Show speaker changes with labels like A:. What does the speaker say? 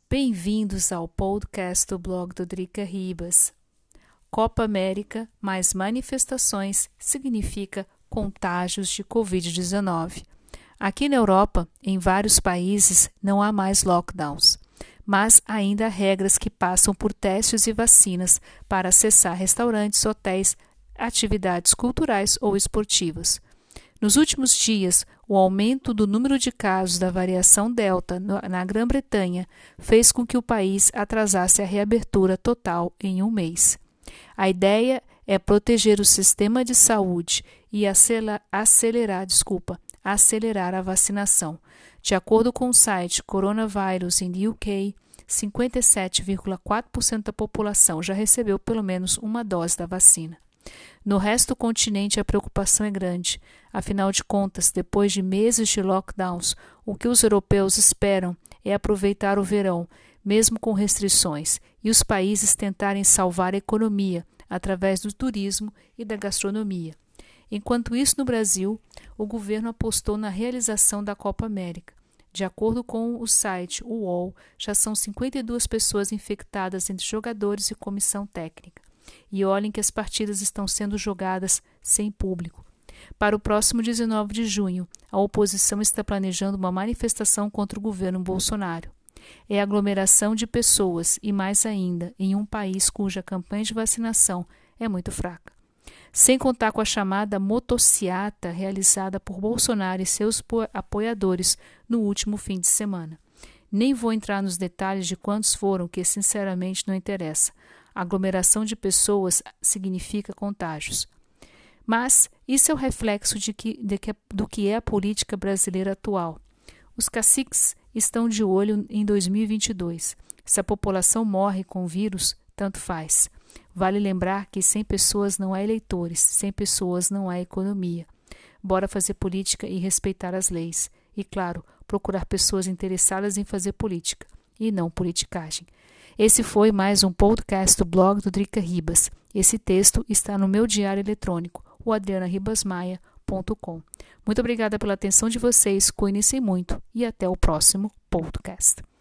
A: Bem-vindos ao podcast do blog do Drica Ribas. Copa América mais manifestações significa contágios de Covid-19. Aqui na Europa, em vários países, não há mais lockdowns, mas ainda há regras que passam por testes e vacinas para acessar restaurantes, hotéis, atividades culturais ou esportivas. Nos últimos dias, o aumento do número de casos da variação Delta na Grã-Bretanha fez com que o país atrasasse a reabertura total em um mês. A ideia é proteger o sistema de saúde e acelerar a vacinação. De acordo com o site Coronavirus in the UK, 57,4% da população já recebeu pelo menos uma dose da vacina. No resto do continente, a preocupação é grande. Afinal de contas, depois de meses de lockdowns, o que os europeus esperam é aproveitar o verão, mesmo com restrições, e os países tentarem salvar a economia através do turismo e da gastronomia. Enquanto isso, no Brasil, o governo apostou na realização da Copa América. De acordo com o site UOL, já são 52 pessoas infectadas entre jogadores e comissão técnica. E olhem que as partidas estão sendo jogadas sem público. Para o próximo 19 de junho, a oposição está planejando uma manifestação contra o governo Bolsonaro. É aglomeração de pessoas e, mais ainda, em um país cuja campanha de vacinação é muito fraca. Sem contar com a chamada motociata realizada por Bolsonaro e seus apoiadores no último fim de semana. Nem vou entrar nos detalhes de quantos foram, que sinceramente não interessa. Aglomeração de pessoas significa contágios. Mas isso é o reflexo do que é a política brasileira atual. Os caciques estão de olho em 2022. Se a população morre com o vírus, tanto faz. Vale lembrar que sem pessoas não há eleitores, sem pessoas não há economia. Bora fazer política e respeitar as leis. E, claro, procurar pessoas interessadas em fazer política, e não politicagem. Esse foi mais um podcast do blog do Drica Ribas. Esse texto está no meu diário eletrônico, o adrianaribasmaia.com. Muito obrigada pela atenção de vocês, cuidem-se muito e até o próximo podcast.